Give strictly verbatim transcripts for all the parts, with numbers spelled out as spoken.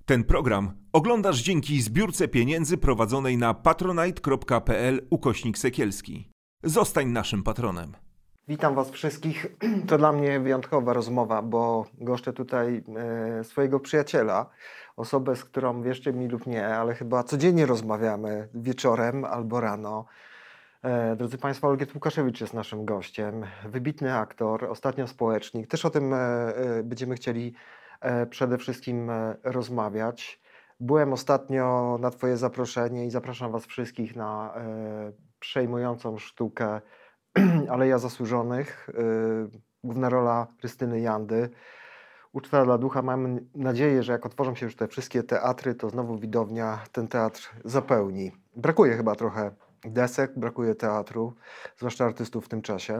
Ten program oglądasz dzięki zbiórce pieniędzy prowadzonej na patronite.pl ukośnik Sekielski. Zostań naszym patronem. Witam Was wszystkich. To dla mnie wyjątkowa rozmowa, bo goszczę tutaj e, swojego przyjaciela, osobę, z którą wierzcie mi lub nie, ale chyba codziennie rozmawiamy wieczorem albo rano. E, drodzy Państwo, Olgierd Łukaszewicz jest naszym gościem. Wybitny aktor, ostatnio społecznik. Też o tym e, e, będziemy chcieli e, przede wszystkim e, rozmawiać. Byłem ostatnio na Twoje zaproszenie i zapraszam Was wszystkich na e, przejmującą sztukę Aleja Zasłużonych, yy, główna rola Krystyny Jandy. Uczta dla ducha. Mam nadzieję, że jak otworzą się już te wszystkie teatry, to znowu widownia ten teatr zapełni. Brakuje chyba trochę desek, brakuje teatru, zwłaszcza artystów w tym czasie.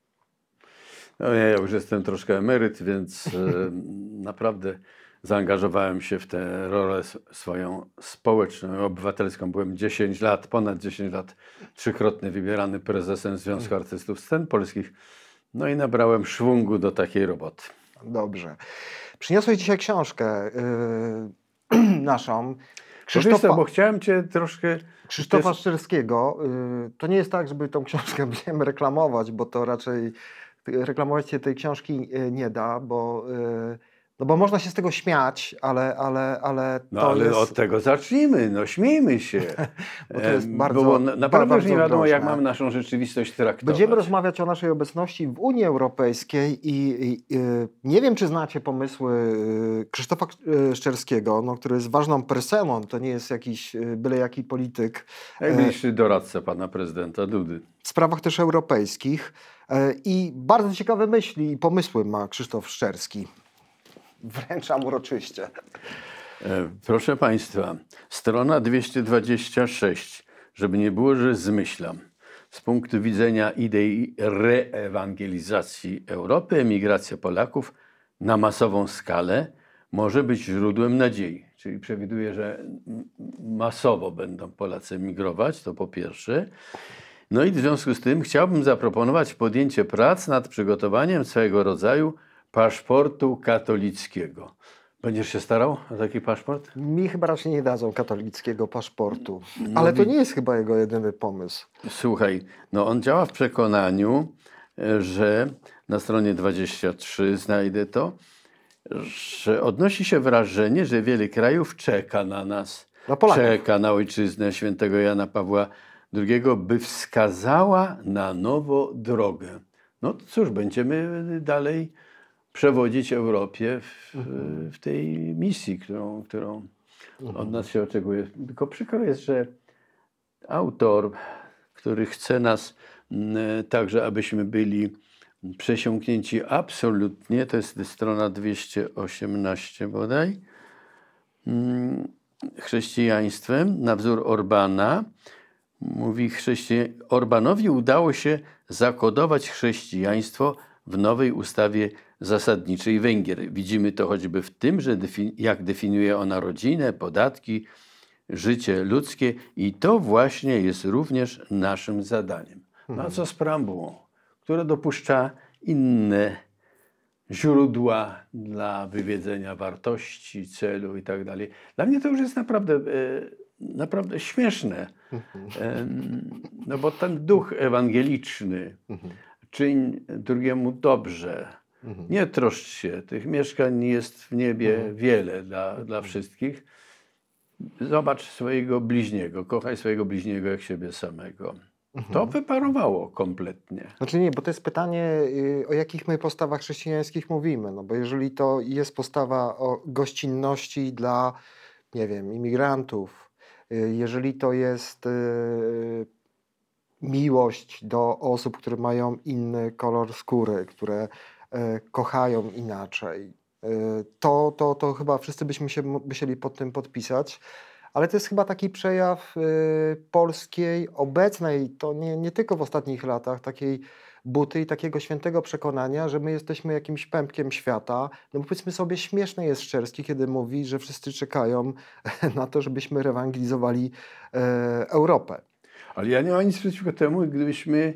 No ja już jestem troszkę emeryt, więc e, naprawdę zaangażowałem się w tę rolę swoją społeczną, obywatelską. Byłem dziesięć lat, ponad dziesięć lat, trzykrotnie wybierany prezesem Związku Artystów Scen Polskich. No i nabrałem szwungu do takiej roboty. Dobrze. Przyniosłeś dzisiaj książkę yy, naszą. Krzysztofa, co, bo chciałem Cię troszkę... Krzysztofa też... Szczerskiego. Yy, to nie jest tak, żeby tą książkę będziemy reklamować, bo to raczej reklamować się tej książki nie da, bo... Yy, No bo można się z tego śmiać, ale, ale, ale to No ale jest... od tego zacznijmy, no śmiejmy się. Bo to jest bardzo, bo naprawdę już nie wiadomo, groźne. Jak mamy naszą rzeczywistość traktować. Będziemy rozmawiać o naszej obecności w Unii Europejskiej i, i, i nie wiem, czy znacie pomysły Krzysztofa Szczerskiego, no, który jest ważną personą, to nie jest jakiś byle jaki polityk. Najbliższy doradca pana prezydenta Dudy. W sprawach też europejskich i bardzo ciekawe myśli i pomysły ma Krzysztof Szczerski. Wręczam uroczyście. Proszę Państwa, strona dwieście dwadzieścia sześć, żeby nie było, że zmyślam. Z punktu widzenia idei reewangelizacji Europy, emigracja Polaków na masową skalę może być źródłem nadziei. Czyli przewiduje, że masowo będą Polacy emigrować, to po pierwsze. No i w związku z tym chciałbym zaproponować podjęcie prac nad przygotowaniem swego rodzaju paszportu katolickiego. Będziesz się starał o taki paszport? Mi chyba raczej nie dadzą katolickiego paszportu. No, ale to nie jest chyba jego jedyny pomysł. Słuchaj, no on działa w przekonaniu, że na stronie dwadzieścia trzy znajdę to, że odnosi się wrażenie, że wiele krajów czeka na nas, na Polaków. Czeka na ojczyznę świętego Jana Pawła drugiego, by wskazała na nowo drogę. No to cóż, będziemy dalej przewodzić Europie w, w tej misji, którą, którą od nas się oczekuje. Tylko przykro jest, że autor, który chce nas także, abyśmy byli przesiąknięci absolutnie, to jest strona dwieście osiemnaście bodaj, chrześcijaństwem na wzór Orbana, mówi chrześcijan... Orbanowi udało się zakodować chrześcijaństwo w nowej ustawie zasadniczej Węgier. Widzimy to choćby w tym, że defi- jak definiuje ona rodzinę, podatki, życie ludzkie i to właśnie jest również naszym zadaniem. No a co z preambułą, która dopuszcza inne źródła dla wywiedzenia wartości, celu i tak dalej. Dla mnie to już jest naprawdę, naprawdę śmieszne. No bo ten duch ewangeliczny, czyń drugiemu dobrze, mhm. nie troszcz się, tych mieszkań jest w niebie mhm. wiele dla, mhm. dla wszystkich. Zobacz swojego bliźniego, kochaj swojego bliźniego jak siebie samego. Mhm. To wyparowało kompletnie. Znaczy nie, bo to jest pytanie, o jakich my postawach chrześcijańskich mówimy. No bo jeżeli to jest postawa o gościnności dla, nie wiem, imigrantów, jeżeli to jest miłość do osób, które mają inny kolor skóry, które e, kochają inaczej, e, to, to, to chyba wszyscy byśmy się musieli pod tym podpisać. Ale to jest chyba taki przejaw e, polskiej, obecnej, to nie, nie tylko w ostatnich latach, takiej buty i takiego świętego przekonania, że my jesteśmy jakimś pępkiem świata. No bo powiedzmy sobie, śmieszny jest Szczerski, kiedy mówi, że wszyscy czekają na to, żebyśmy rewangelizowali e, Europę. Ale ja nie mam nic przeciwko temu, gdybyśmy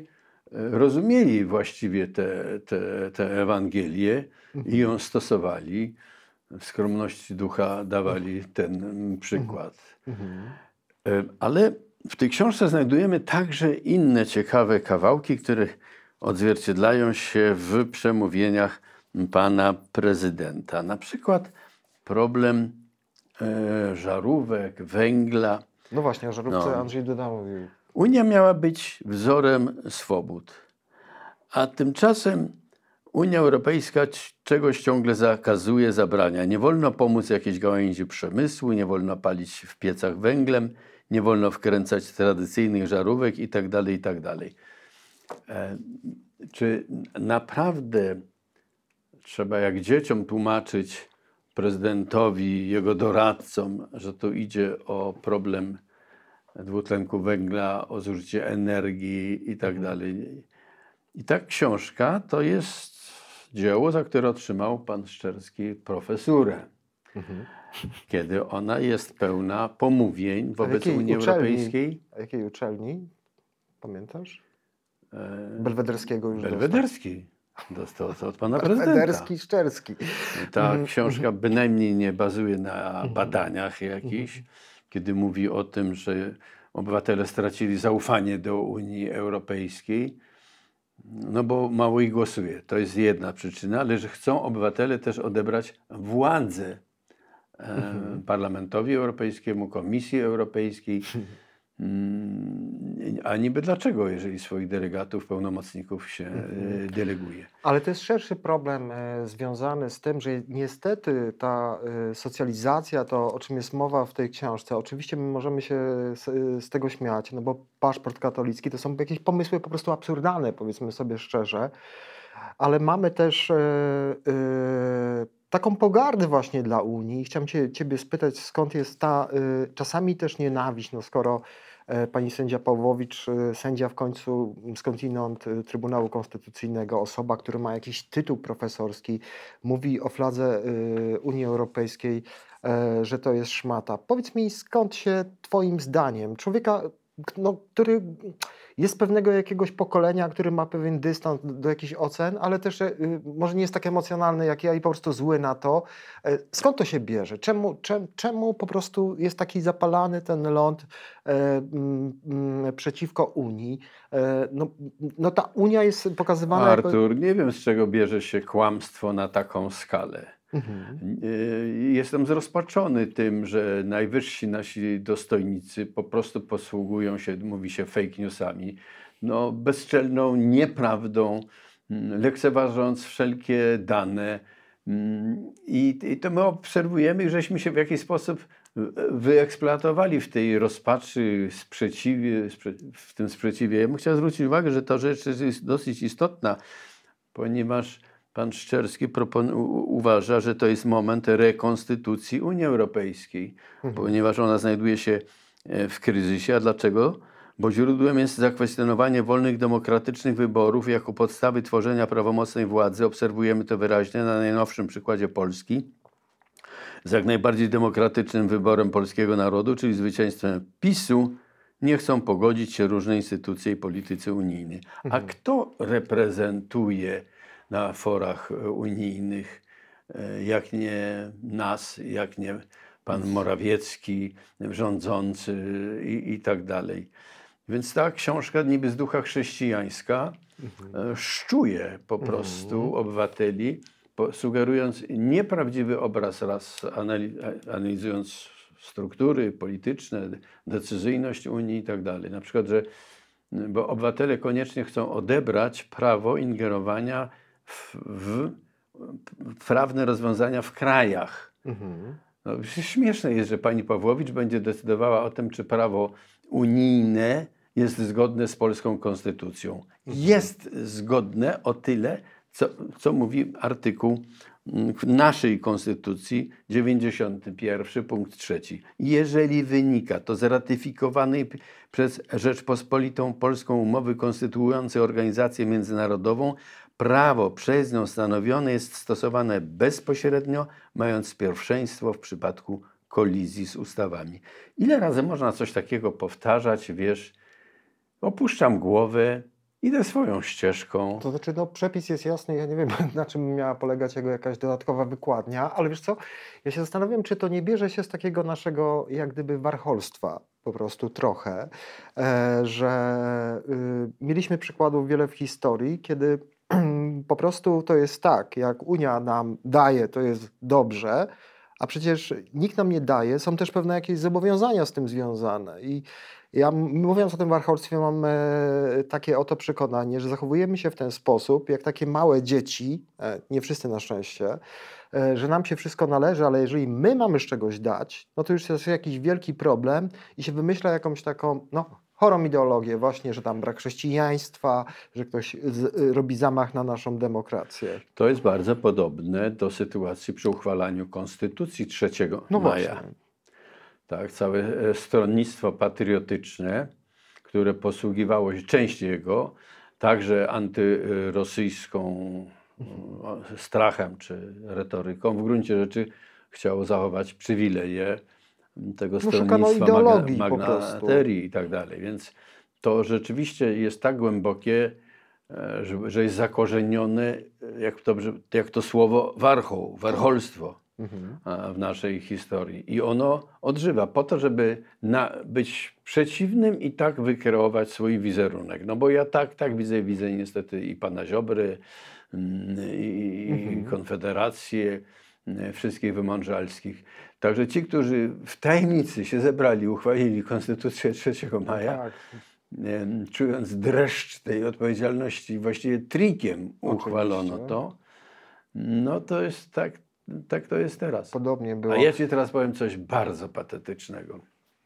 rozumieli właściwie tę te, te, te Ewangelię mhm. i ją stosowali. w skromności ducha dawali ten przykład. Mhm. E, Ale w tej książce znajdujemy także inne ciekawe kawałki, które odzwierciedlają się w przemówieniach pana prezydenta. Na przykład problem e, żarówek, węgla. No właśnie, o żarówce No. Andrzej Duda mówił. Unia miała być wzorem swobód, a tymczasem Unia Europejska c- czegoś ciągle zakazuje, zabrania. Nie wolno pomóc jakiejś gałęzi przemysłu, nie wolno palić w piecach węglem, nie wolno wkręcać tradycyjnych żarówek itd., itd. E, Czy naprawdę trzeba jak dzieciom tłumaczyć prezydentowi, jego doradcom, że tu idzie o problem dwutlenku węgla, o zużycie energii i tak dalej. I ta książka to jest dzieło, za które otrzymał pan Szczerski profesurę. Mhm. Kiedy ona jest pełna pomówień wobec jakiej Unii uczelni? Europejskiej. A jakiej uczelni? Pamiętasz? E, Belwederskiego już Belwederski. Dostał to od pana dostał. prezydenta. Belwederski, Szczerski. Ta Mhm. książka bynajmniej nie bazuje na badaniach jakichś, kiedy mówi o tym, że obywatele stracili zaufanie do Unii Europejskiej, no bo mało ich głosuje. To jest jedna przyczyna, ale że chcą obywatele też odebrać władzę e, Parlamentowi Europejskiemu, Komisji Europejskiej. Mm, A niby dlaczego, jeżeli swoich delegatów, pełnomocników się e, deleguje? Ale to jest szerszy problem e, związany z tym, że niestety ta e, socjalizacja, to o czym jest mowa w tej książce, oczywiście my możemy się z, z tego śmiać, no bo paszport katolicki to są jakieś pomysły po prostu absurdalne, powiedzmy sobie szczerze, ale mamy też e, e, taką pogardę właśnie dla Unii. Chciałem cię, Ciebie spytać, skąd jest ta e, czasami też nienawiść, no skoro e, pani sędzia Pawłowicz, e, sędzia w końcu skądinąd e, Trybunału Konstytucyjnego, osoba, która ma jakiś tytuł profesorski, mówi o fladze e, Unii Europejskiej, e, że to jest szmata. Powiedz mi, skąd się twoim zdaniem człowieka, no, który jest pewnego jakiegoś pokolenia, który ma pewien dystans do jakichś ocen, ale też e, może nie jest tak emocjonalny jak ja i po prostu zły na to. E, Skąd to się bierze? Czemu, czem, czemu po prostu jest taki zapalany ten ląd e, mm, mm, przeciwko Unii? E, no, no ta Unia jest pokazywana jako... Artur, nie wiem, z czego bierze się kłamstwo na taką skalę. Mhm. Y, Jestem zrozpaczony tym, że najwyżsi nasi dostojnicy po prostu posługują się, mówi się, fake newsami, no, bezczelną nieprawdą, mm, lekceważąc wszelkie dane. Mm, I, I to my obserwujemy, i żeśmy się w jakiś sposób wyeksploatowali w tej rozpaczy, sprzeciwie, sprze w tym sprzeciwie. Ja bym chciał zwrócić uwagę, że ta rzecz jest dosyć istotna, ponieważ pan Szczerski propon- u- uważa, że to jest moment rekonstytucji Unii Europejskiej, Mhm. ponieważ ona znajduje się e, w kryzysie. A dlaczego? Bo źródłem jest zakwestionowanie wolnych, demokratycznych wyborów jako podstawy tworzenia prawomocnej władzy. Obserwujemy to wyraźnie na najnowszym przykładzie Polski. Z jak najbardziej demokratycznym wyborem polskiego narodu, czyli zwycięstwem PiSu, nie chcą pogodzić się różne instytucje i politycy unijni. A kto reprezentuje na forach e, unijnych, e, jak nie nas, jak nie pan Morawiecki, rządzący i, i tak dalej. Więc ta książka niby z ducha chrześcijańska e, szczuje po prostu obywateli, po, sugerując nieprawdziwy obraz raz, anali- analizując struktury polityczne, decyzyjność Unii i tak dalej. Na przykład, że bo obywatele koniecznie chcą odebrać prawo ingerowania w, w, w prawne rozwiązania w krajach. Mhm. No, śmieszne jest, że pani Pawłowicz będzie decydowała o tym, czy prawo unijne jest zgodne z polską konstytucją. Jest zgodne o tyle, co, co mówi artykuł naszej konstytucji, dziewięćdziesiąty pierwszy punkt trzeci. Jeżeli wynika to z ratyfikowanej przez Rzeczpospolitą Polską umowy konstytuującej organizację międzynarodową, prawo przez nią stanowione jest stosowane bezpośrednio, mając pierwszeństwo w przypadku kolizji z ustawami. Ile razy można coś takiego powtarzać, wiesz? Opuszczam głowę idę swoją ścieżką. To znaczy, no przepis jest jasny, ja nie wiem, na czym miała polegać jego jakaś dodatkowa wykładnia, ale wiesz co, ja się zastanawiam, czy to nie bierze się z takiego naszego, jak gdyby, warcholstwa po prostu trochę, e, że y, mieliśmy przykładów wiele w historii, kiedy po prostu to jest tak, jak Unia nam daje, to jest dobrze, a przecież nikt nam nie daje, są też pewne jakieś zobowiązania z tym związane. I ja m- mówiąc o tym warcholstwie mam e, takie oto przekonanie, że zachowujemy się w ten sposób, jak takie małe dzieci, e, nie wszyscy na szczęście, e, że nam się wszystko należy, ale jeżeli my mamy z czegoś dać, no to już jest jakiś wielki problem i się wymyśla jakąś taką, no, chorą ideologię właśnie, że tam brak chrześcijaństwa, że ktoś z, y, robi zamach na naszą demokrację. To jest bardzo podobne do sytuacji przy uchwalaniu Konstytucji trzeciego No maja. właśnie. Tak, całe e, stronnictwo patriotyczne, które posługiwało się, część jego, także antyrosyjską o, strachem czy retoryką, w gruncie rzeczy chciało zachować przywileje tego No, szukano stronnictwa ideologii magna, po prostu. magnaterii i tak dalej. Więc to rzeczywiście jest tak głębokie, e, że, że jest zakorzenione, jak to, jak to słowo warchoł, warcholstwo Mhm. a, w naszej historii. I ono odżywa po to, żeby na, być przeciwnym i tak wykreować swój wizerunek. No bo ja tak, tak widzę, widzę niestety i pana Ziobry, mm, i, Mhm. i Konfederację, mm, wszystkich wymądrzalskich. Także ci, którzy w tajemnicy się zebrali, uchwalili Konstytucję trzeciego maja, Tak. em, czując dreszcz tej odpowiedzialności, właściwie trikiem uchwalono Oczywiście. to, no to jest tak, tak to jest teraz. Podobnie było. A ja ci teraz powiem coś bardzo patetycznego.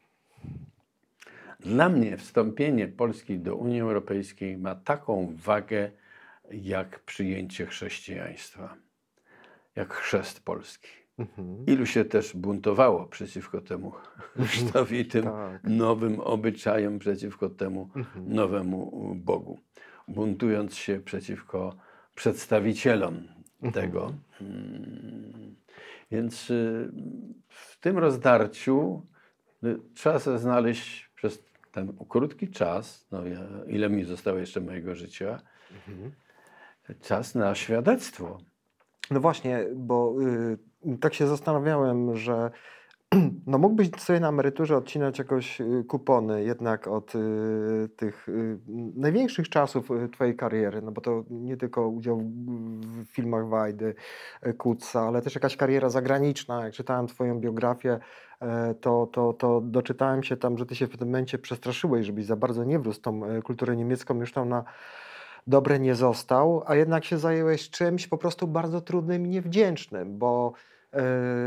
Dla mnie wstąpienie Polski do Unii Europejskiej ma taką wagę jak przyjęcie chrześcijaństwa, jak chrzest Polski. Mhm. Ilu się też buntowało przeciwko temu chrztowi i tym Tak. nowym obyczajom, przeciwko temu Mhm. nowemu Bogu. Buntując się przeciwko przedstawicielom tego. Mm, Więc y, w tym rozdarciu y, trzeba sobie znaleźć przez ten krótki czas, no ja, ile mi zostało jeszcze mojego życia, Mhm. czas na świadectwo. No właśnie, bo y, tak się zastanawiałem, że no mógłbyś sobie na emeryturze odcinać jakoś y, kupony jednak od y, tych y, największych czasów y, twojej kariery, no bo to nie tylko udział w, w filmach Wajdy, y, Kutza, ale też jakaś kariera zagraniczna. Jak czytałem twoją biografię, e, to, to, to doczytałem się tam, że ty się w tym momencie przestraszyłeś, żebyś za bardzo nie wrósł w tą e, kulturę niemiecką, już tam na dobre nie został, a jednak się zająłeś czymś po prostu bardzo trudnym i niewdzięcznym, bo e,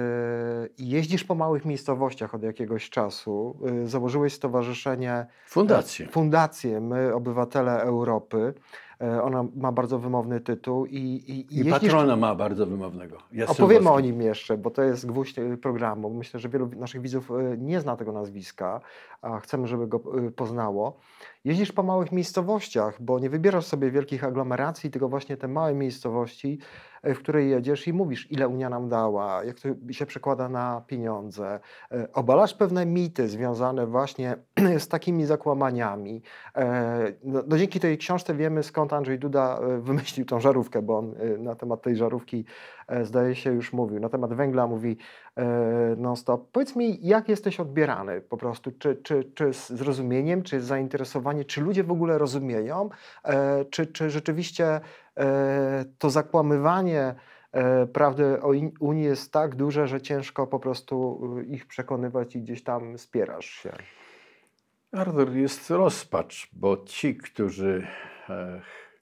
jeździsz po małych miejscowościach od jakiegoś czasu, e, założyłeś stowarzyszenie, Fundację. fundację My, Obywatele Europy. E, ona ma bardzo wymowny tytuł i, i, i I jeździsz... patrona ma bardzo wymownego. Opowiemy o Jastrzębowski. nim jeszcze, bo to jest gwóźdź e, programu. Myślę, że wielu naszych widzów e, nie zna tego nazwiska, a chcemy, żeby go e, poznało. Jeździsz po małych miejscowościach, bo nie wybierasz sobie wielkich aglomeracji, tylko właśnie te małe miejscowości, e, w której jedziesz i mówisz, ile Unia nam dała, jak to się przekłada na pieniądze. E, Obalasz pewne mity związane właśnie z takimi zakłamaniami. E, No, no dzięki tej książce wiemy, skąd Andrzej Duda e, wymyślił tą żarówkę, bo on e, na temat tej żarówki e, zdaje się już mówił. Na temat węgla mówi e, non-stop. Powiedz mi, jak jesteś odbierany po prostu? Czy, czy, czy z zrozumieniem, czy z zainteresowaniem, czy ludzie w ogóle rozumieją? E, czy, czy rzeczywiście e, to zakłamywanie e, prawdy o in- Unii jest tak duże, że ciężko po prostu e, ich przekonywać i gdzieś tam spierasz się? Artur, jest rozpacz, bo ci, którzy e,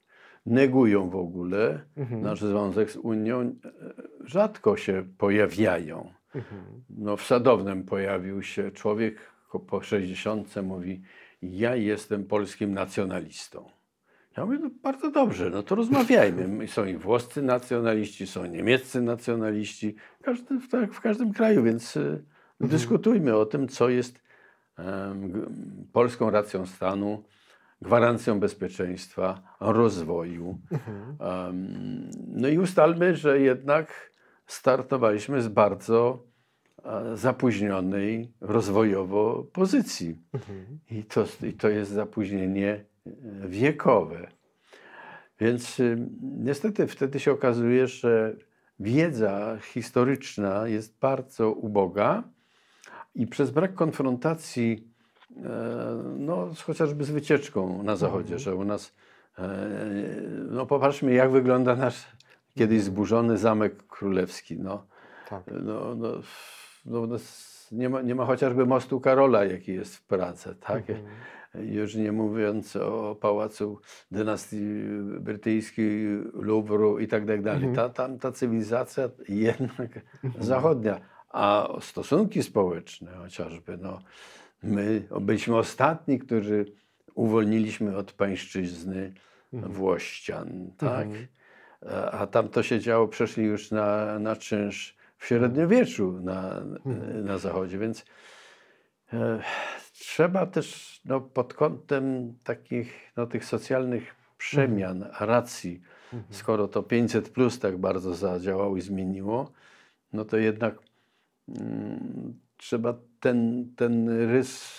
negują w ogóle Mhm. nasz związek z Unią, e, rzadko się pojawiają. Mhm. No, w Sadownem pojawił się człowiek po sześćdziesiątce, mówi, ja jestem polskim nacjonalistą. Ja mówię, no bardzo dobrze, no to rozmawiajmy. Są i włoscy nacjonaliści, są niemieccy nacjonaliści, każdy, w, tak, w każdym kraju, więc y, dyskutujmy o tym, co jest em, g- polską racją stanu, gwarancją bezpieczeństwa, rozwoju. Mhm. Em, no i ustalmy, że jednak startowaliśmy z bardzo e, zapóźnionej rozwojowo pozycji. Mhm. I to, I to jest zapóźnienie e, wiekowe. Więc y, niestety wtedy się okazuje, że wiedza historyczna jest bardzo uboga i przez brak konfrontacji e, no, z chociażby z wycieczką na Zachodzie, Mhm. że u nas, e, no popatrzmy jak wygląda nasz kiedyś zburzony Zamek Królewski. No, Tak. no, no, no, no, nie, ma, nie ma chociażby mostu Karola, jaki jest w Pradze, tak? Mhm. Już nie mówiąc o pałacu dynastii brytyjskiej, Luwru i tak dalej. Mhm. Ta, tam ta cywilizacja jednak zachodnia, a stosunki społeczne chociażby, no, my byliśmy ostatni, którzy uwolniliśmy od pańszczyzny Włościan, tak? Mhm. A, a tam to się działo, przeszli już na, na czynsz w średniowieczu na, na zachodzie, więc e, trzeba też no, pod kątem takich no, tych socjalnych przemian, racji, skoro to pięćset plus tak bardzo zadziałało i zmieniło, no to jednak mm, trzeba ten, ten rys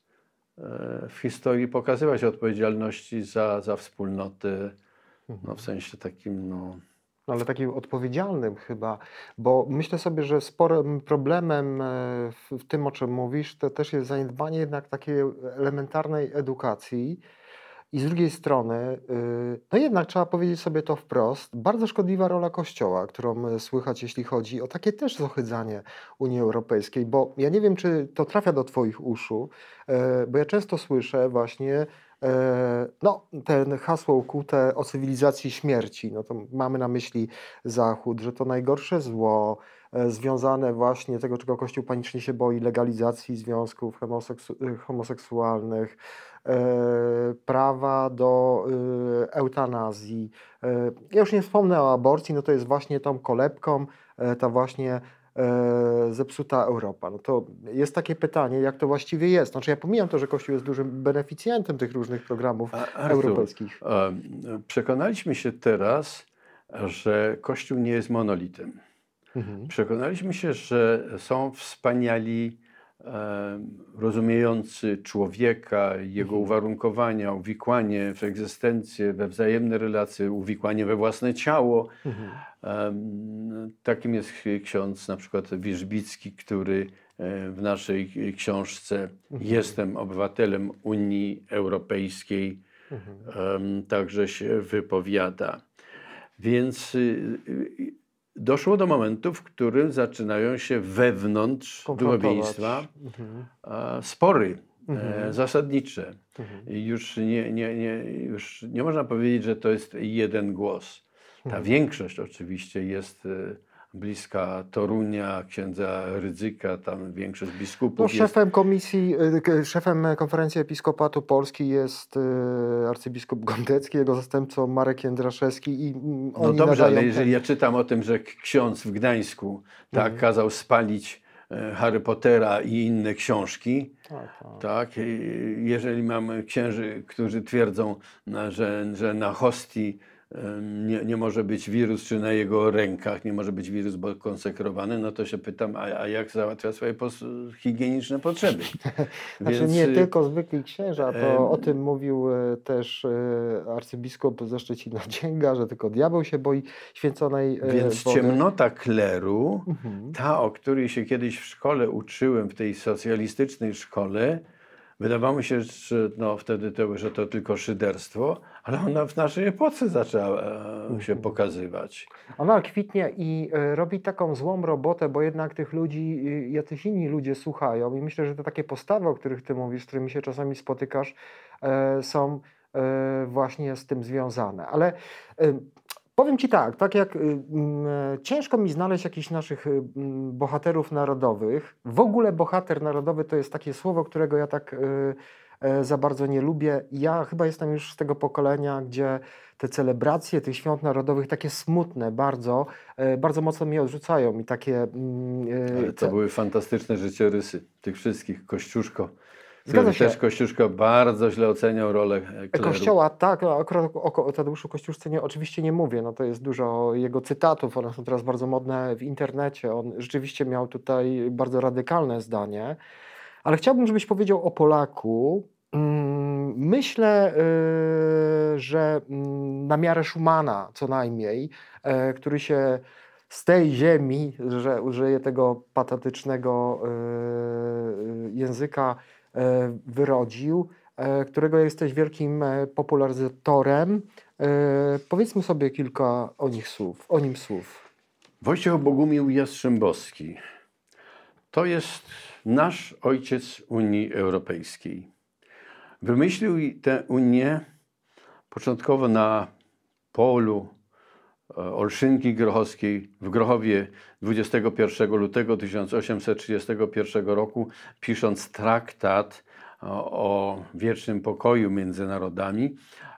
e, w historii pokazywać odpowiedzialności za, za wspólnotę, no, w sensie takim, no, No, ale takim odpowiedzialnym chyba, bo myślę sobie, że sporym problemem e, w, w tym, o czym mówisz, to też jest zaniedbanie jednak takiej elementarnej edukacji. I z drugiej strony, y, no jednak trzeba powiedzieć sobie to wprost, bardzo szkodliwa rola Kościoła, którą e, słychać, jeśli chodzi o takie też zohydzanie Unii Europejskiej, bo ja nie wiem, czy to trafia do Twoich uszu, e, bo ja często słyszę właśnie e, no, ten hasło ukute o cywilizacji śmierci, no to mamy na myśli Zachód, że to najgorsze zło e, związane właśnie tego, czego Kościół panicznie się boi, legalizacji związków homoseksu- homoseksualnych, e, prawa do e, eutanazji. E, ja już nie wspomnę o aborcji, no to jest właśnie tą kolebką, e, ta właśnie e, zepsuta Europa. No to jest takie pytanie, jak to właściwie jest? Znaczy ja pomijam to, że Kościół jest dużym beneficjentem tych różnych programów A, Artur, europejskich. e, przekonaliśmy się teraz, że Kościół nie jest monolitem. Mhm. Przekonaliśmy się, że są wspaniali, e, rozumiejący człowieka, jego uwarunkowania, uwikłanie w egzystencję, we wzajemne relacje, uwikłanie we własne ciało. Mhm. Em, Takim jest ksiądz na przykład Wierzbicki, który e, w naszej książce Jestem obywatelem Unii Europejskiej em, także się wypowiada. Więc y, y, doszło do momentu, w którym zaczynają się wewnątrz Konfrontować. duchowieństwa Mhm. a, spory e, Mhm. zasadnicze. Mhm. I już nie, nie, nie, już nie można powiedzieć, że to jest jeden głos. Ta Mhm. większość oczywiście jest e, bliska Torunia, księdza Rydzyka, tam większość No, biskupów jest. szefem komisji, y, k- szefem Konferencji Episkopatu Polski jest y, arcybiskup Gondecki, jego zastępcą Marek Jędraszewski i mm, No oni dobrze, ale nadają jeżeli ten- ja czytam o tym, że k- ksiądz w Gdańsku tak, Mhm. kazał spalić e, Harry Pottera i inne książki, Tak, tak. tak, i jeżeli mamy księży, którzy twierdzą, na, że, że na hostii em, nie, nie może być wirus, czy na jego rękach nie może być wirus, bo konsekrowany, no to się pytam, a, a jak załatwia swoje pos- higieniczne potrzeby? Znaczy Więc, nie y, tylko zwykli księża, to em, o tym mówił e, też e, arcybiskup ze Szczecina Dzięga, że tylko diabeł się boi święconej e, Więc wody. ciemnota kleru, Mhm. ta, o której się kiedyś w szkole uczyłem, w tej socjalistycznej szkole, wydawało mi się, że no, wtedy to, że to tylko szyderstwo, ale ona w naszej epoce zaczęła e, się pokazywać. Ona kwitnie i e, robi taką złą robotę, bo jednak tych ludzi, y, jacyś inni ludzie słuchają i myślę, że te takie postawy, o których ty mówisz, z którymi się czasami spotykasz, e, są e, właśnie z tym związane. Ale e, powiem ci tak, tak jak y, mm, e, ciężko mi znaleźć jakichś naszych y, mm, bohaterów narodowych. W ogóle bohater narodowy to jest takie słowo, którego ja tak y, e, za bardzo nie lubię. Ja chyba jestem już z tego pokolenia, gdzie te celebracje tych świąt narodowych, takie smutne bardzo, e, bardzo mocno mnie odrzucają i takie... mm, e, Ale to ce- były fantastyczne życiorysy tych wszystkich. Kościuszko, Zgadza który się. też Kościuszko bardzo źle oceniał rolę e, kleru. Kościoła, tak, no akurat o Ko- o Tadeuszu Kościuszce nie, oczywiście nie mówię, no to jest dużo jego cytatów, one są teraz bardzo modne w internecie, on rzeczywiście miał tutaj bardzo radykalne zdanie, ale chciałbym, żebyś powiedział o Polaku, Myślę, y, że mm, na miarę Schumana co najmniej, e, który się z tej ziemi, że użyję tego patetycznego y, języka, e, wyrodził, e, którego jesteś wielkim e, popularyzatorem. E, Powiedzmy sobie kilka o nich słów, o nim słów. Wojciech Bogumił Jastrzębowski to jest nasz ojciec Unii Europejskiej. Wymyślił tę Unię początkowo na polu Olszynki Grochowskiej w Grochowie dwudziestego pierwszego lutego tysiąc osiemset trzydziestego pierwszego roku, pisząc traktat o wiecznym pokoju między narodami,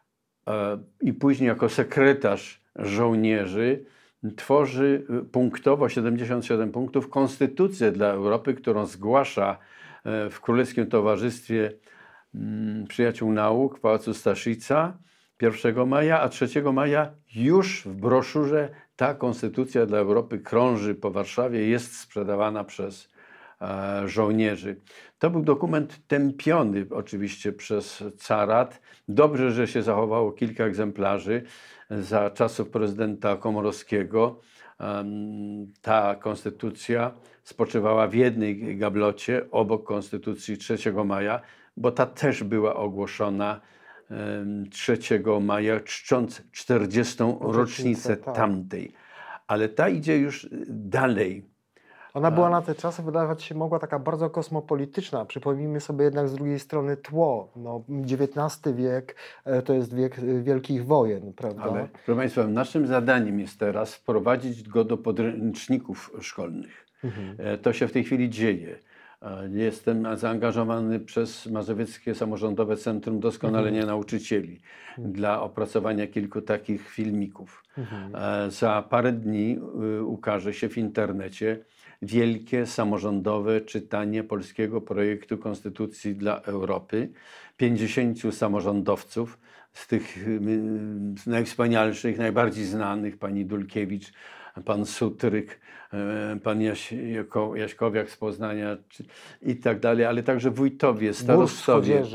i później jako sekretarz żołnierzy tworzy punktowo siedemdziesiąt siedem punktów konstytucję dla Europy, którą zgłasza w Królewskim Towarzystwie Przyjaciół Nauk w Pałacu Staszica pierwszego maja, a trzeciego maja już w broszurze ta konstytucja dla Europy krąży po Warszawie, jest sprzedawana przez e, żołnierzy. To był dokument tępiony oczywiście przez carat. Dobrze, że się zachowało kilka egzemplarzy za czasów prezydenta Komorowskiego. E, ta konstytucja spoczywała w jednej gablocie obok konstytucji trzeciego maja, bo ta też była ogłoszona trzeciego maja, czcząc czterdziestą rocznicę tak. tamtej. Ale ta idzie już dalej. Ona była na te czasy, wydawać się mogła, taka bardzo kosmopolityczna. Przypomnijmy sobie jednak z drugiej strony tło. No, dziewiętnasty wiek to jest wiek wielkich wojen, prawda? Ale, proszę Państwa, naszym zadaniem jest teraz wprowadzić go do podręczników szkolnych. Mhm. To się w tej chwili dzieje. Jestem zaangażowany przez Mazowieckie Samorządowe Centrum Doskonalenia mhm. Nauczycieli mhm. dla opracowania kilku takich filmików. Mhm. Za parę dni ukaże się w internecie wielkie samorządowe czytanie polskiego projektu Konstytucji dla Europy. pięćdziesięciu samorządowców, z tych najwspanialszych, najbardziej znanych, pani Dulkiewicz, pan Sutryk, pan Jaś, Jaśkowiak z Poznania i tak dalej, ale także wójtowie, starostowie.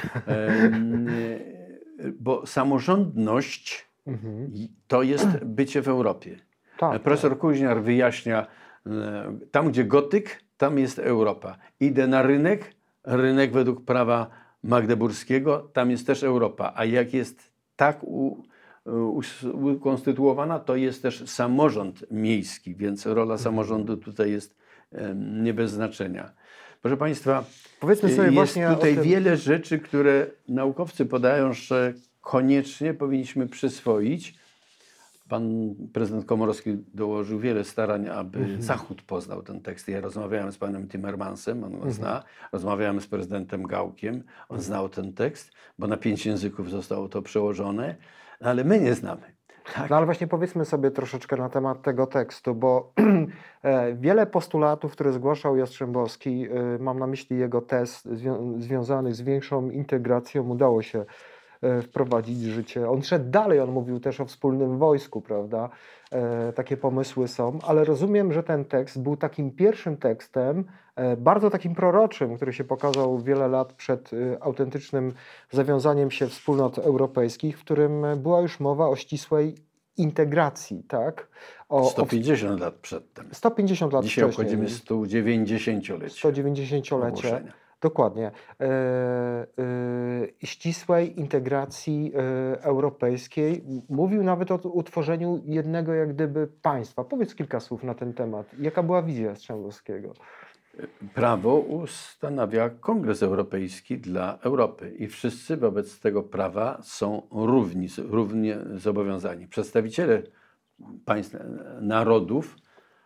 Bo samorządność mhm. to jest bycie w Europie. Tak, Profesor tak. Kuźniar wyjaśnia, tam gdzie gotyk, tam jest Europa. Idę na rynek, rynek według prawa magdeburskiego, tam jest też Europa. A jak jest tak u, ukonstytuowana, to jest też samorząd miejski, więc rola samorządu tutaj jest nie bez znaczenia. Proszę Państwa, powiedzmy sobie jest właśnie tutaj tym... wiele rzeczy, które naukowcy podają, że koniecznie powinniśmy przyswoić. Pan prezydent Komorowski dołożył wiele starań, aby mhm. Zachód poznał ten tekst. Ja rozmawiałem z panem Timmermansem, on go mhm. zna. Rozmawiałem z prezydentem Gałkiem, on mhm. znał ten tekst, bo na pięć języków zostało to przełożone, ale my nie znamy. Tak. No ale właśnie powiedzmy sobie troszeczkę na temat tego tekstu, bo wiele postulatów, które zgłaszał Jastrzębowski, mam na myśli jego tez zwią związanych z większą integracją, udało się wprowadzić w życie. On szedł dalej, on mówił też o wspólnym wojsku, prawda? E, takie pomysły są, ale rozumiem, że ten tekst był takim pierwszym tekstem, e, bardzo takim proroczym, który się pokazał wiele lat przed e, autentycznym zawiązaniem się wspólnot europejskich, w którym była już mowa o ścisłej integracji, tak? O, sto pięćdziesiąt o... lat przedtem. sto pięćdziesiąt lat Dzisiaj wcześniej. obchodzimy sto dziewięćdziesięciolecie. sto dziewięćdziesięciolecie. Dokładnie. E, e, ścisłej integracji e, europejskiej. Mówił nawet o utworzeniu jednego jak gdyby państwa. Powiedz kilka słów na ten temat. Jaka była wizja Jastrzębowskiego? Prawo ustanawia Kongres Europejski dla Europy i wszyscy wobec tego prawa są równi, równie zobowiązani. Przedstawiciele państw, narodów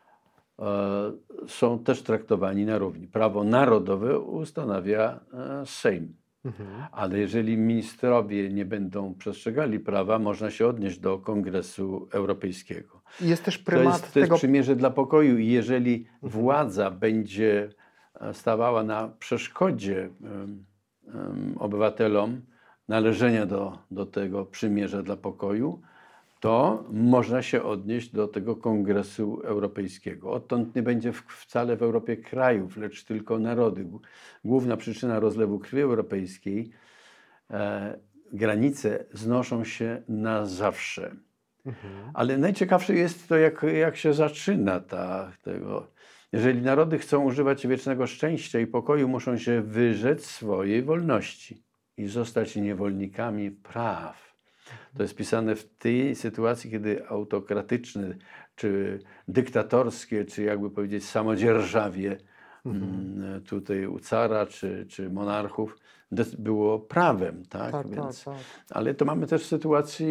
są też traktowani na równi. Prawo narodowe ustanawia Sejm. Mhm. Ale jeżeli ministrowie nie będą przestrzegali prawa, można się odnieść do Kongresu Europejskiego. Jest też prymat to jest, to jest tego... przymierze dla pokoju i jeżeli władza będzie stawała na przeszkodzie um, um, obywatelom należenia do, do tego przymierza dla pokoju, to można się odnieść do tego Kongresu Europejskiego. Odtąd nie będzie w, wcale w Europie krajów, lecz tylko narody. Główna przyczyna rozlewu krwi europejskiej e, granice znoszą się na zawsze. Mhm. Ale najciekawsze jest to, jak, jak się zaczyna ta, tego. Jeżeli narody chcą używać wiecznego szczęścia i pokoju, muszą się wyrzec swojej wolności i zostać niewolnikami praw. To jest pisane w tej sytuacji, kiedy autokratyczne, czy dyktatorskie, czy jakby powiedzieć samodzierżawie mhm. tutaj u cara, czy, czy monarchów było prawem. Tak? Tak, Więc, tak, tak. ale to mamy też w sytuacji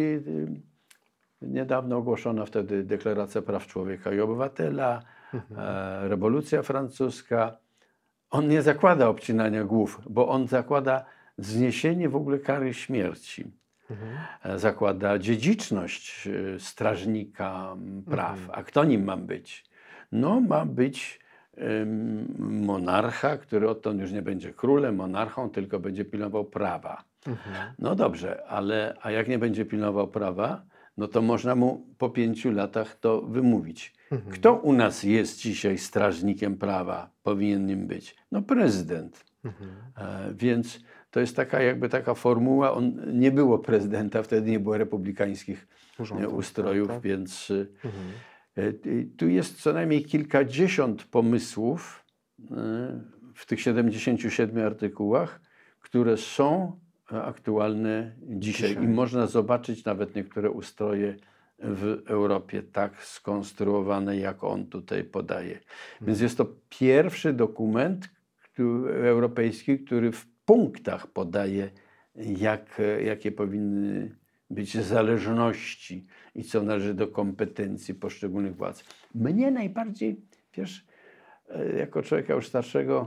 niedawno ogłoszona wtedy Deklaracja Praw Człowieka i Obywatela, mhm. e, rewolucja francuska. On nie zakłada obcinania głów, bo on zakłada zniesienie w ogóle kary śmierci. Mhm. E, zakłada dziedziczność e, strażnika praw. Mhm. A kto nim ma być? No ma być e, monarcha, który odtąd już nie będzie królem, monarchą, tylko będzie pilnował prawa. Mhm. No dobrze, ale a jak nie będzie pilnował prawa, no to można mu po pięciu latach to wymówić. Mhm. Kto u nas jest dzisiaj strażnikiem prawa? Powinien nim być. No prezydent. Mhm. E, więc to jest taka jakby taka formuła. On, nie było prezydenta, wtedy nie było republikańskich Urządów, ustrojów, tak, tak. Więc mhm. e, tu jest co najmniej kilkadziesiąt pomysłów e, w tych siedemdziesięciu siedmiu artykułach, które są aktualne dzisiaj. dzisiaj. I można zobaczyć nawet niektóre ustroje w Europie tak skonstruowane, jak on tutaj podaje. Hmm. Więc jest to pierwszy dokument który, europejski, który w punktach podaje, jak, jakie powinny być zależności i co należy do kompetencji poszczególnych władz. Mnie najbardziej, wiesz, jako człowieka już starszego,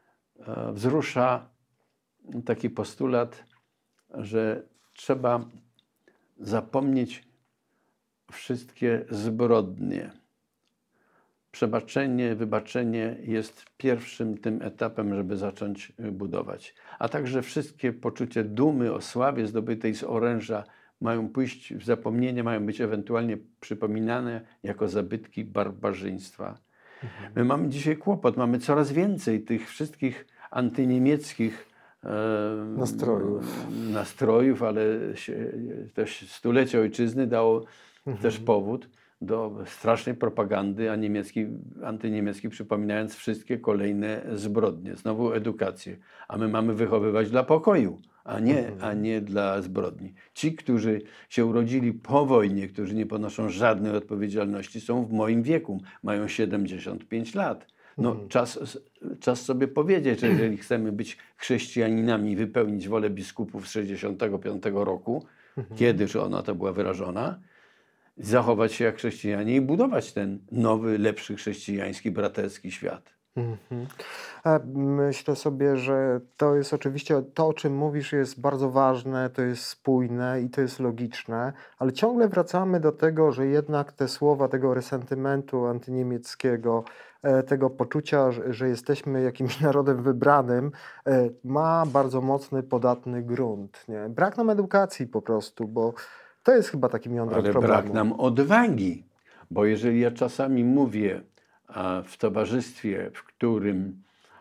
wzrusza taki postulat, że trzeba zapomnieć wszystkie zbrodnie. Przebaczenie, wybaczenie jest pierwszym tym etapem, żeby zacząć budować. A także wszystkie poczucie dumy o sławie zdobytej z oręża mają pójść w zapomnienie, mają być ewentualnie przypominane jako zabytki barbarzyństwa. Mhm. My mamy dzisiaj kłopot, mamy coraz więcej tych wszystkich antyniemieckich Nastrojów. nastrojów, ale się, też stulecie ojczyzny dało mhm. też powód do strasznej propagandy a niemiecki, antyniemieckiej, przypominając wszystkie kolejne zbrodnie. Znowu edukację. A my mamy wychowywać dla pokoju, a nie, mhm. a nie dla zbrodni. Ci, którzy się urodzili po wojnie, którzy nie ponoszą żadnej odpowiedzialności, są w moim wieku, mają siedemdziesiąt pięć lat. No, mhm. czas, czas sobie powiedzieć, że jeżeli chcemy być chrześcijaninami i wypełnić wolę biskupów z sześćdziesiątego piątego roku, mhm. kiedyż ona to była wyrażona, zachować się jak chrześcijanie i budować ten nowy, lepszy chrześcijański, braterski świat. Mhm. Myślę sobie, że to jest oczywiście, to o czym mówisz jest bardzo ważne, to jest spójne i to jest logiczne, ale ciągle wracamy do tego, że jednak te słowa tego resentymentu antyniemieckiego, tego poczucia, że, że jesteśmy jakimś narodem wybranym, ma bardzo mocny, podatny grunt. Nie? Brak nam edukacji po prostu, bo to jest chyba takim jądrem ale problemu. Brak nam odwagi, bo jeżeli ja czasami mówię w towarzystwie, w którym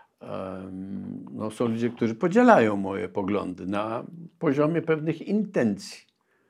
no, są ludzie, którzy podzielają moje poglądy na poziomie pewnych intencji,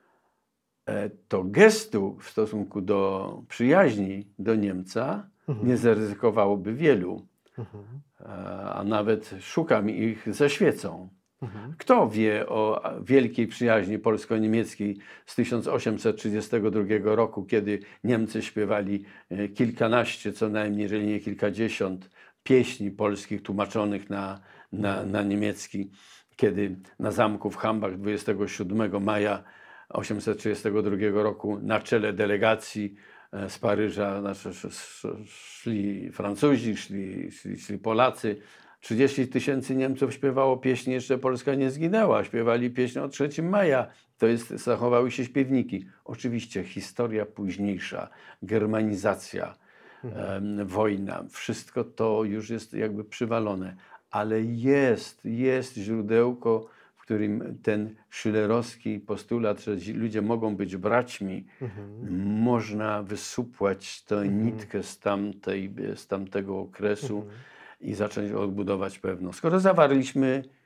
to gestu w stosunku do przyjaźni do Niemca mhm. nie zaryzykowałoby wielu, mhm. a nawet szukam ich ze świecą. Mhm. Kto wie o wielkiej przyjaźni polsko-niemieckiej z tysiąc osiemset trzydziestego drugiego roku, kiedy Niemcy śpiewali kilkanaście, co najmniej, jeżeli nie kilkadziesiąt pieśni polskich tłumaczonych na, na, na niemiecki, kiedy na zamku w Hambach dwudziestego siódmego maja tysiąc osiemset trzydziestego drugiego roku na czele delegacji z Paryża znaczy, szli Francuzi, szli, szli, szli Polacy. trzydzieści tysięcy Niemców śpiewało pieśni, jeszcze Polska nie zginęła. Śpiewali pieśń o trzeciego maja. To jest, zachowały się śpiewniki. Oczywiście historia późniejsza, germanizacja, mhm. e, wojna, wszystko to już jest jakby przywalone. Ale jest, jest źródełko, w którym ten schillerowski postulat, że ludzie mogą być braćmi, mhm. można wysupłać tę mhm. nitkę z, tamtej, z tamtego okresu, mhm. i zacząć odbudować pewną. Skoro zawarliśmy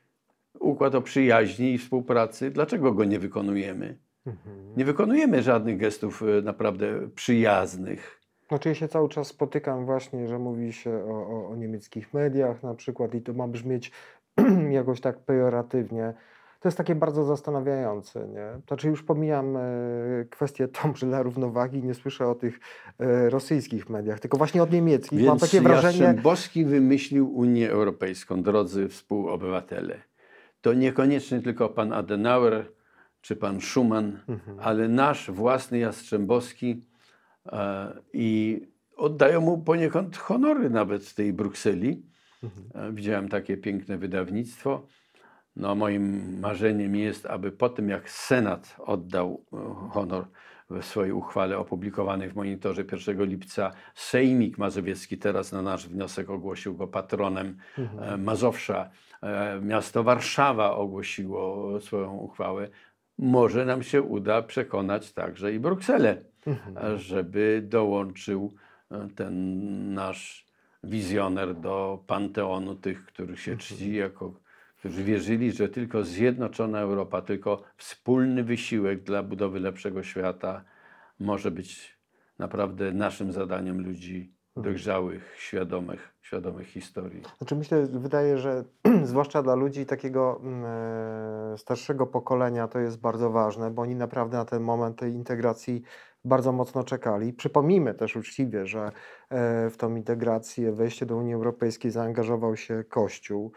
układ o przyjaźni i współpracy, dlaczego go nie wykonujemy? Mhm. Nie wykonujemy żadnych gestów e, naprawdę przyjaznych. Znaczy ja się cały czas spotykam właśnie, że mówi się o, o, o niemieckich mediach na przykład i to ma brzmieć jakoś tak pejoratywnie. To jest takie bardzo zastanawiające, nie? Znaczy już pomijam e, kwestię tą, że dla równowagi nie słyszę o tych e, rosyjskich mediach, tylko właśnie od niemieckich. Mam Więc takie wrażenie... Jastrzębowski wymyślił Unię Europejską, drodzy współobywatele. To niekoniecznie tylko pan Adenauer czy pan Schuman, Mhm. ale nasz własny Jastrzębowski e, i oddają mu poniekąd honory nawet w tej Brukseli. Mhm. E, widziałem takie piękne wydawnictwo. No, moim marzeniem jest, aby po tym jak Senat oddał e, honor w swojej uchwale opublikowanej w Monitorze pierwszego lipca, Sejmik Mazowiecki teraz na nasz wniosek ogłosił go patronem Mhm. e, Mazowsza. E, miasto Warszawa ogłosiło swoją uchwałę. Może nam się uda przekonać także i Brukselę, Mhm. żeby dołączył e, ten nasz wizjoner do panteonu tych, których się czci jako, którzy wierzyli, że tylko zjednoczona Europa, tylko wspólny wysiłek dla budowy lepszego świata może być naprawdę naszym zadaniem ludzi dojrzałych, świadomych, świadomych historii. Znaczy myślę, wydaje, że zwłaszcza dla ludzi takiego e, starszego pokolenia to jest bardzo ważne, bo oni naprawdę na ten moment tej integracji bardzo mocno czekali. Przypomnijmy też uczciwie, że e, w tą integrację, wejście do Unii Europejskiej zaangażował się Kościół.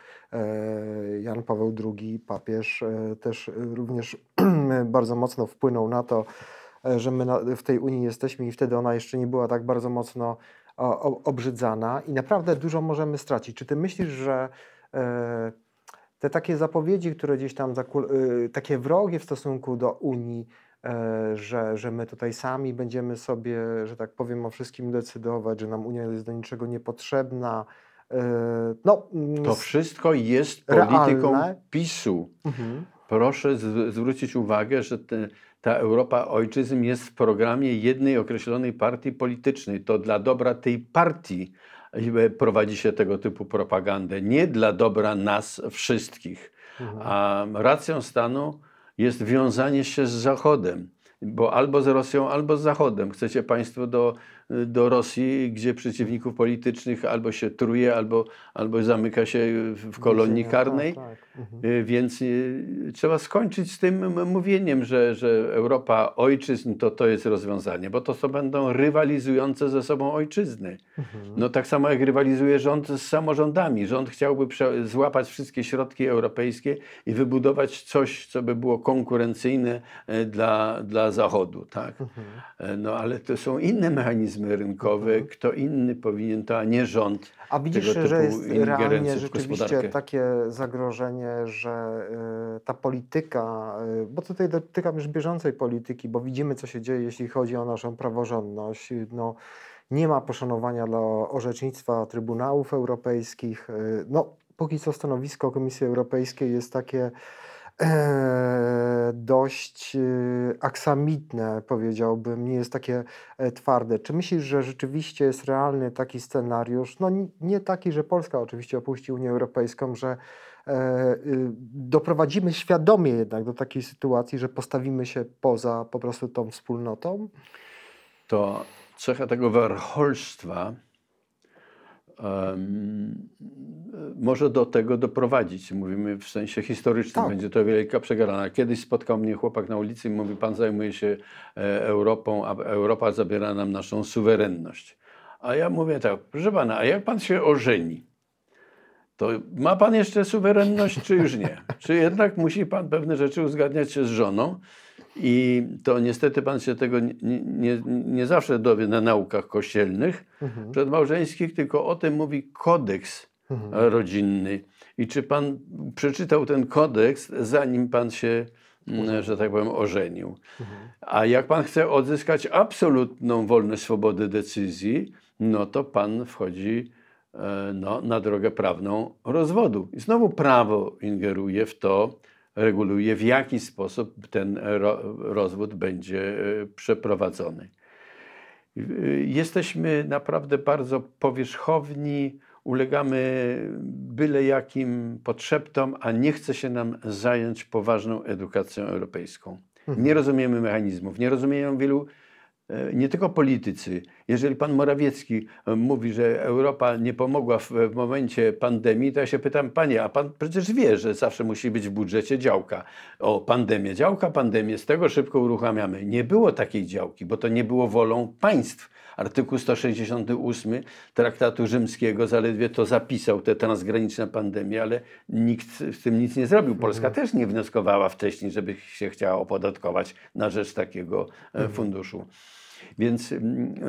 E, Jan Paweł drugi, papież, e, też również bardzo mocno wpłynął na to, e, że my na, w tej Unii jesteśmy i wtedy ona jeszcze nie była tak bardzo mocno o, o, obrzydzana i naprawdę dużo możemy stracić. Czy ty myślisz, że e, te takie zapowiedzi, które gdzieś tam, zakul- e, takie wrogie w stosunku do Unii, e, że, że my tutaj sami będziemy sobie, że tak powiem, o wszystkim decydować, że nam Unia jest do niczego niepotrzebna, e, no, mm, To s- wszystko jest polityką realne? PiSu. Mhm. Proszę z, zwrócić uwagę, że te, ta Europa ojczyzn jest w programie jednej określonej partii politycznej. To dla dobra tej partii prowadzi się tego typu propagandę, nie dla dobra nas wszystkich. Mhm. A racją stanu jest wiązanie się z Zachodem, bo albo z Rosją, albo z Zachodem. Chcecie państwo do, do Rosji, gdzie przeciwników politycznych albo się truje, albo, albo zamyka się w kolonii Więzienia, karnej. tak, tak. Mhm. Y, Więc y, trzeba skończyć z tym m- mówieniem, że, że Europa ojczyzn to, to jest rozwiązanie, bo to, to będą rywalizujące ze sobą ojczyzny. Mhm. No tak samo jak rywalizuje rząd z samorządami. Rząd chciałby prze- złapać wszystkie środki europejskie i wybudować coś, co by było konkurencyjne e, dla, dla Zachodu. Tak? Mhm. E, No ale to są inne mechanizmy rynkowe. Kto inny powinien to, a nie rząd. A widzisz, tego że typu jest ingerencji realnie w rzeczywiście gospodarkę. takie zagrożenie, że y, ta polityka, y, bo tutaj dotykam już bieżącej polityki, bo widzimy, co się dzieje, jeśli chodzi o naszą praworządność. Y, No, nie ma poszanowania dla orzecznictwa trybunałów europejskich. Y, no, póki co stanowisko Komisji Europejskiej jest takie e, dość e, aksamitne, powiedziałbym, nie jest takie e, twarde. Czy myślisz, że rzeczywiście jest realny taki scenariusz, no n- nie taki, że Polska oczywiście opuści Unię Europejską, że e, y, doprowadzimy świadomie jednak do takiej sytuacji, że postawimy się poza po prostu tą wspólnotą? To cecha tego warcholstwa em, może do tego doprowadzić. Mówimy w sensie historycznym, Tak. będzie to wielka przegrana. Kiedyś spotkał mnie chłopak na ulicy i mówi, pan zajmuje się e, Europą, a Europa zabiera nam naszą suwerenność. A ja mówię tak, proszę pana, a jak pan się ożeni? To ma pan jeszcze suwerenność, czy już nie? Czy jednak musi pan pewne rzeczy uzgadniać się z żoną? I to niestety pan się tego nie, nie, nie zawsze dowie na naukach kościelnych, Mhm. przedmałżeńskich, tylko o tym mówi kodeks Mhm. rodzinny. I czy pan przeczytał ten kodeks, zanim pan się, mm, że tak powiem, ożenił? Mhm. A jak pan chce odzyskać absolutną wolność swobody decyzji, no to pan wchodzi e, no, na drogę prawną rozwodu. I znowu prawo ingeruje w to, reguluje, w jaki sposób ten ro, rozwód będzie e, przeprowadzony. Y, Jesteśmy naprawdę bardzo powierzchowni, ulegamy byle jakim podszeptom, a nie chce się nam zająć poważną edukacją europejską. Nie rozumiemy mechanizmów, nie rozumieją wielu, nie tylko politycy. Jeżeli pan Morawiecki mówi, że Europa nie pomogła w, w momencie pandemii, to ja się pytam, panie, a pan przecież wie, że zawsze musi być w budżecie działka. O, pandemię, działka, pandemię, z tego szybko uruchamiamy. Nie było takiej działki, bo to nie było wolą państw. Artykuł sto sześćdziesiąty ósmy Traktatu Rzymskiego zaledwie to zapisał, te transgraniczne pandemie, ale nikt z tym nic nie zrobił. Polska mhm. też nie wnioskowała wcześniej, żeby się chciała opodatkować na rzecz takiego mhm. funduszu. Więc y,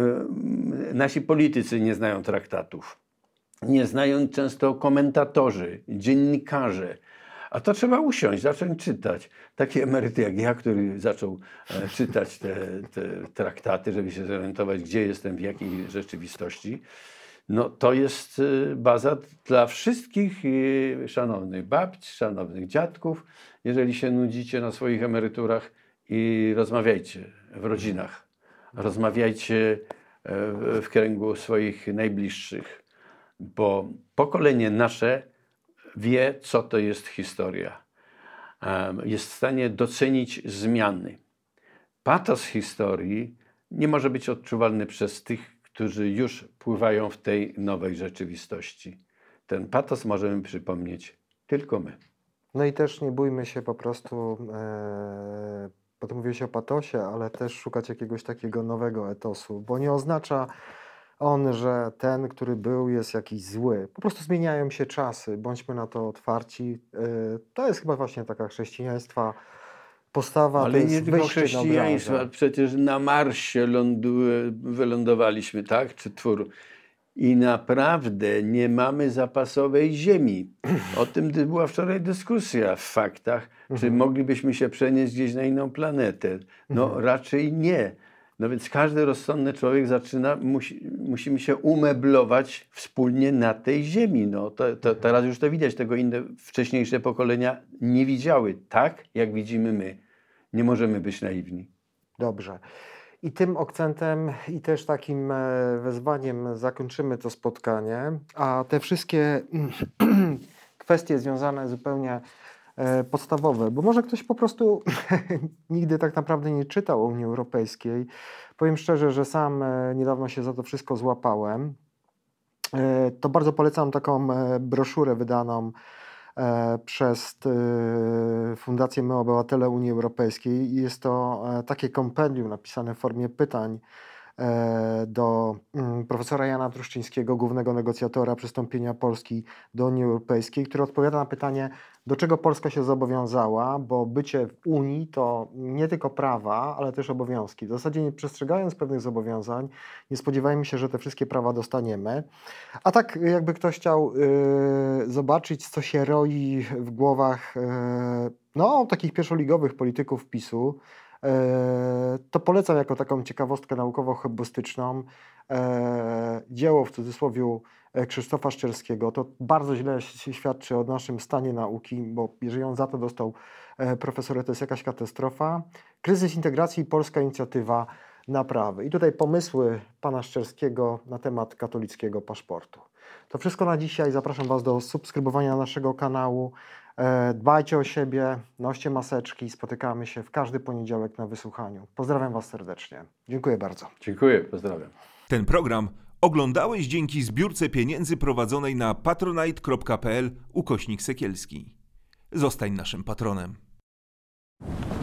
y, nasi politycy nie znają traktatów. Nie znają często komentatorzy, dziennikarze. A to trzeba usiąść, zacząć czytać. Taki emeryt jak ja, który zaczął e, czytać te, te traktaty, żeby się zorientować, gdzie jestem, w jakiej rzeczywistości, no to jest e, baza dla wszystkich e, szanownych babć, szanownych dziadków. Jeżeli się nudzicie na swoich emeryturach, i rozmawiajcie w rodzinach. Rozmawiajcie e, w kręgu swoich najbliższych, bo pokolenie nasze wie, co to jest historia. Jest w stanie docenić zmiany. Patos historii nie może być odczuwalny przez tych, którzy już pływają w tej nowej rzeczywistości. Ten patos możemy przypomnieć tylko my. No i też nie bójmy się po prostu, e, bo tu mówiłeś o patosie, ale też szukać jakiegoś takiego nowego etosu, bo nie oznacza on, że ten, który był, jest jakiś zły. Po prostu zmieniają się czasy, bądźmy na to otwarci. To jest chyba właśnie taka chrześcijaństwa postawa. Ale to jest nie tylko chrześcijaństwa, przecież na Marsie lądu, wylądowaliśmy, tak? Czy twór. I naprawdę nie mamy zapasowej ziemi. O tym była wczoraj dyskusja w faktach, mhm. czy moglibyśmy się przenieść gdzieś na inną planetę. No mhm. raczej nie. No więc każdy rozsądny człowiek zaczyna, musi, musimy się umeblować wspólnie na tej ziemi. No, to, to, teraz już to widać, tego inne wcześniejsze pokolenia nie widziały tak, jak widzimy my. Nie możemy być naiwni. Dobrze. I tym akcentem i też takim wezwaniem zakończymy to spotkanie, a te wszystkie kwestie związane zupełnie podstawowe, bo może ktoś po prostu nigdy tak naprawdę nie czytał o Unii Europejskiej. Powiem szczerze, że sam niedawno się za to wszystko złapałem. To bardzo polecam taką broszurę wydaną przez Fundację My Obywatele Unii Europejskiej. Jest to takie kompendium napisane w formie pytań do profesora Jana Truszczyńskiego, głównego negocjatora przystąpienia Polski do Unii Europejskiej, który odpowiada na pytanie, do czego Polska się zobowiązała, bo bycie w Unii to nie tylko prawa, ale też obowiązki. W zasadzie nie przestrzegając pewnych zobowiązań, nie spodziewajmy się, że te wszystkie prawa dostaniemy. A tak jakby ktoś chciał yy, zobaczyć, co się roi w głowach yy, no, takich pierwszoligowych polityków PiSu, to polecam jako taką ciekawostkę naukowo-hobbystyczną dzieło w cudzysłowie Krzysztofa Szczerskiego. To bardzo źle świadczy o naszym stanie nauki, bo jeżeli on za to dostał profesorę, to jest jakaś katastrofa. Kryzys integracji i polska inicjatywa naprawy. I tutaj pomysły pana Szczerskiego na temat katolickiego paszportu. To wszystko na dzisiaj. Zapraszam was do subskrybowania naszego kanału. Dbajcie o siebie, noście maseczki, spotykamy się w każdy poniedziałek na wysłuchaniu. Pozdrawiam was serdecznie. Dziękuję bardzo. Dziękuję, pozdrawiam. Ten program oglądałeś dzięki zbiórce pieniędzy prowadzonej na patronite.pl ukośnik Sekielski. Zostań naszym patronem.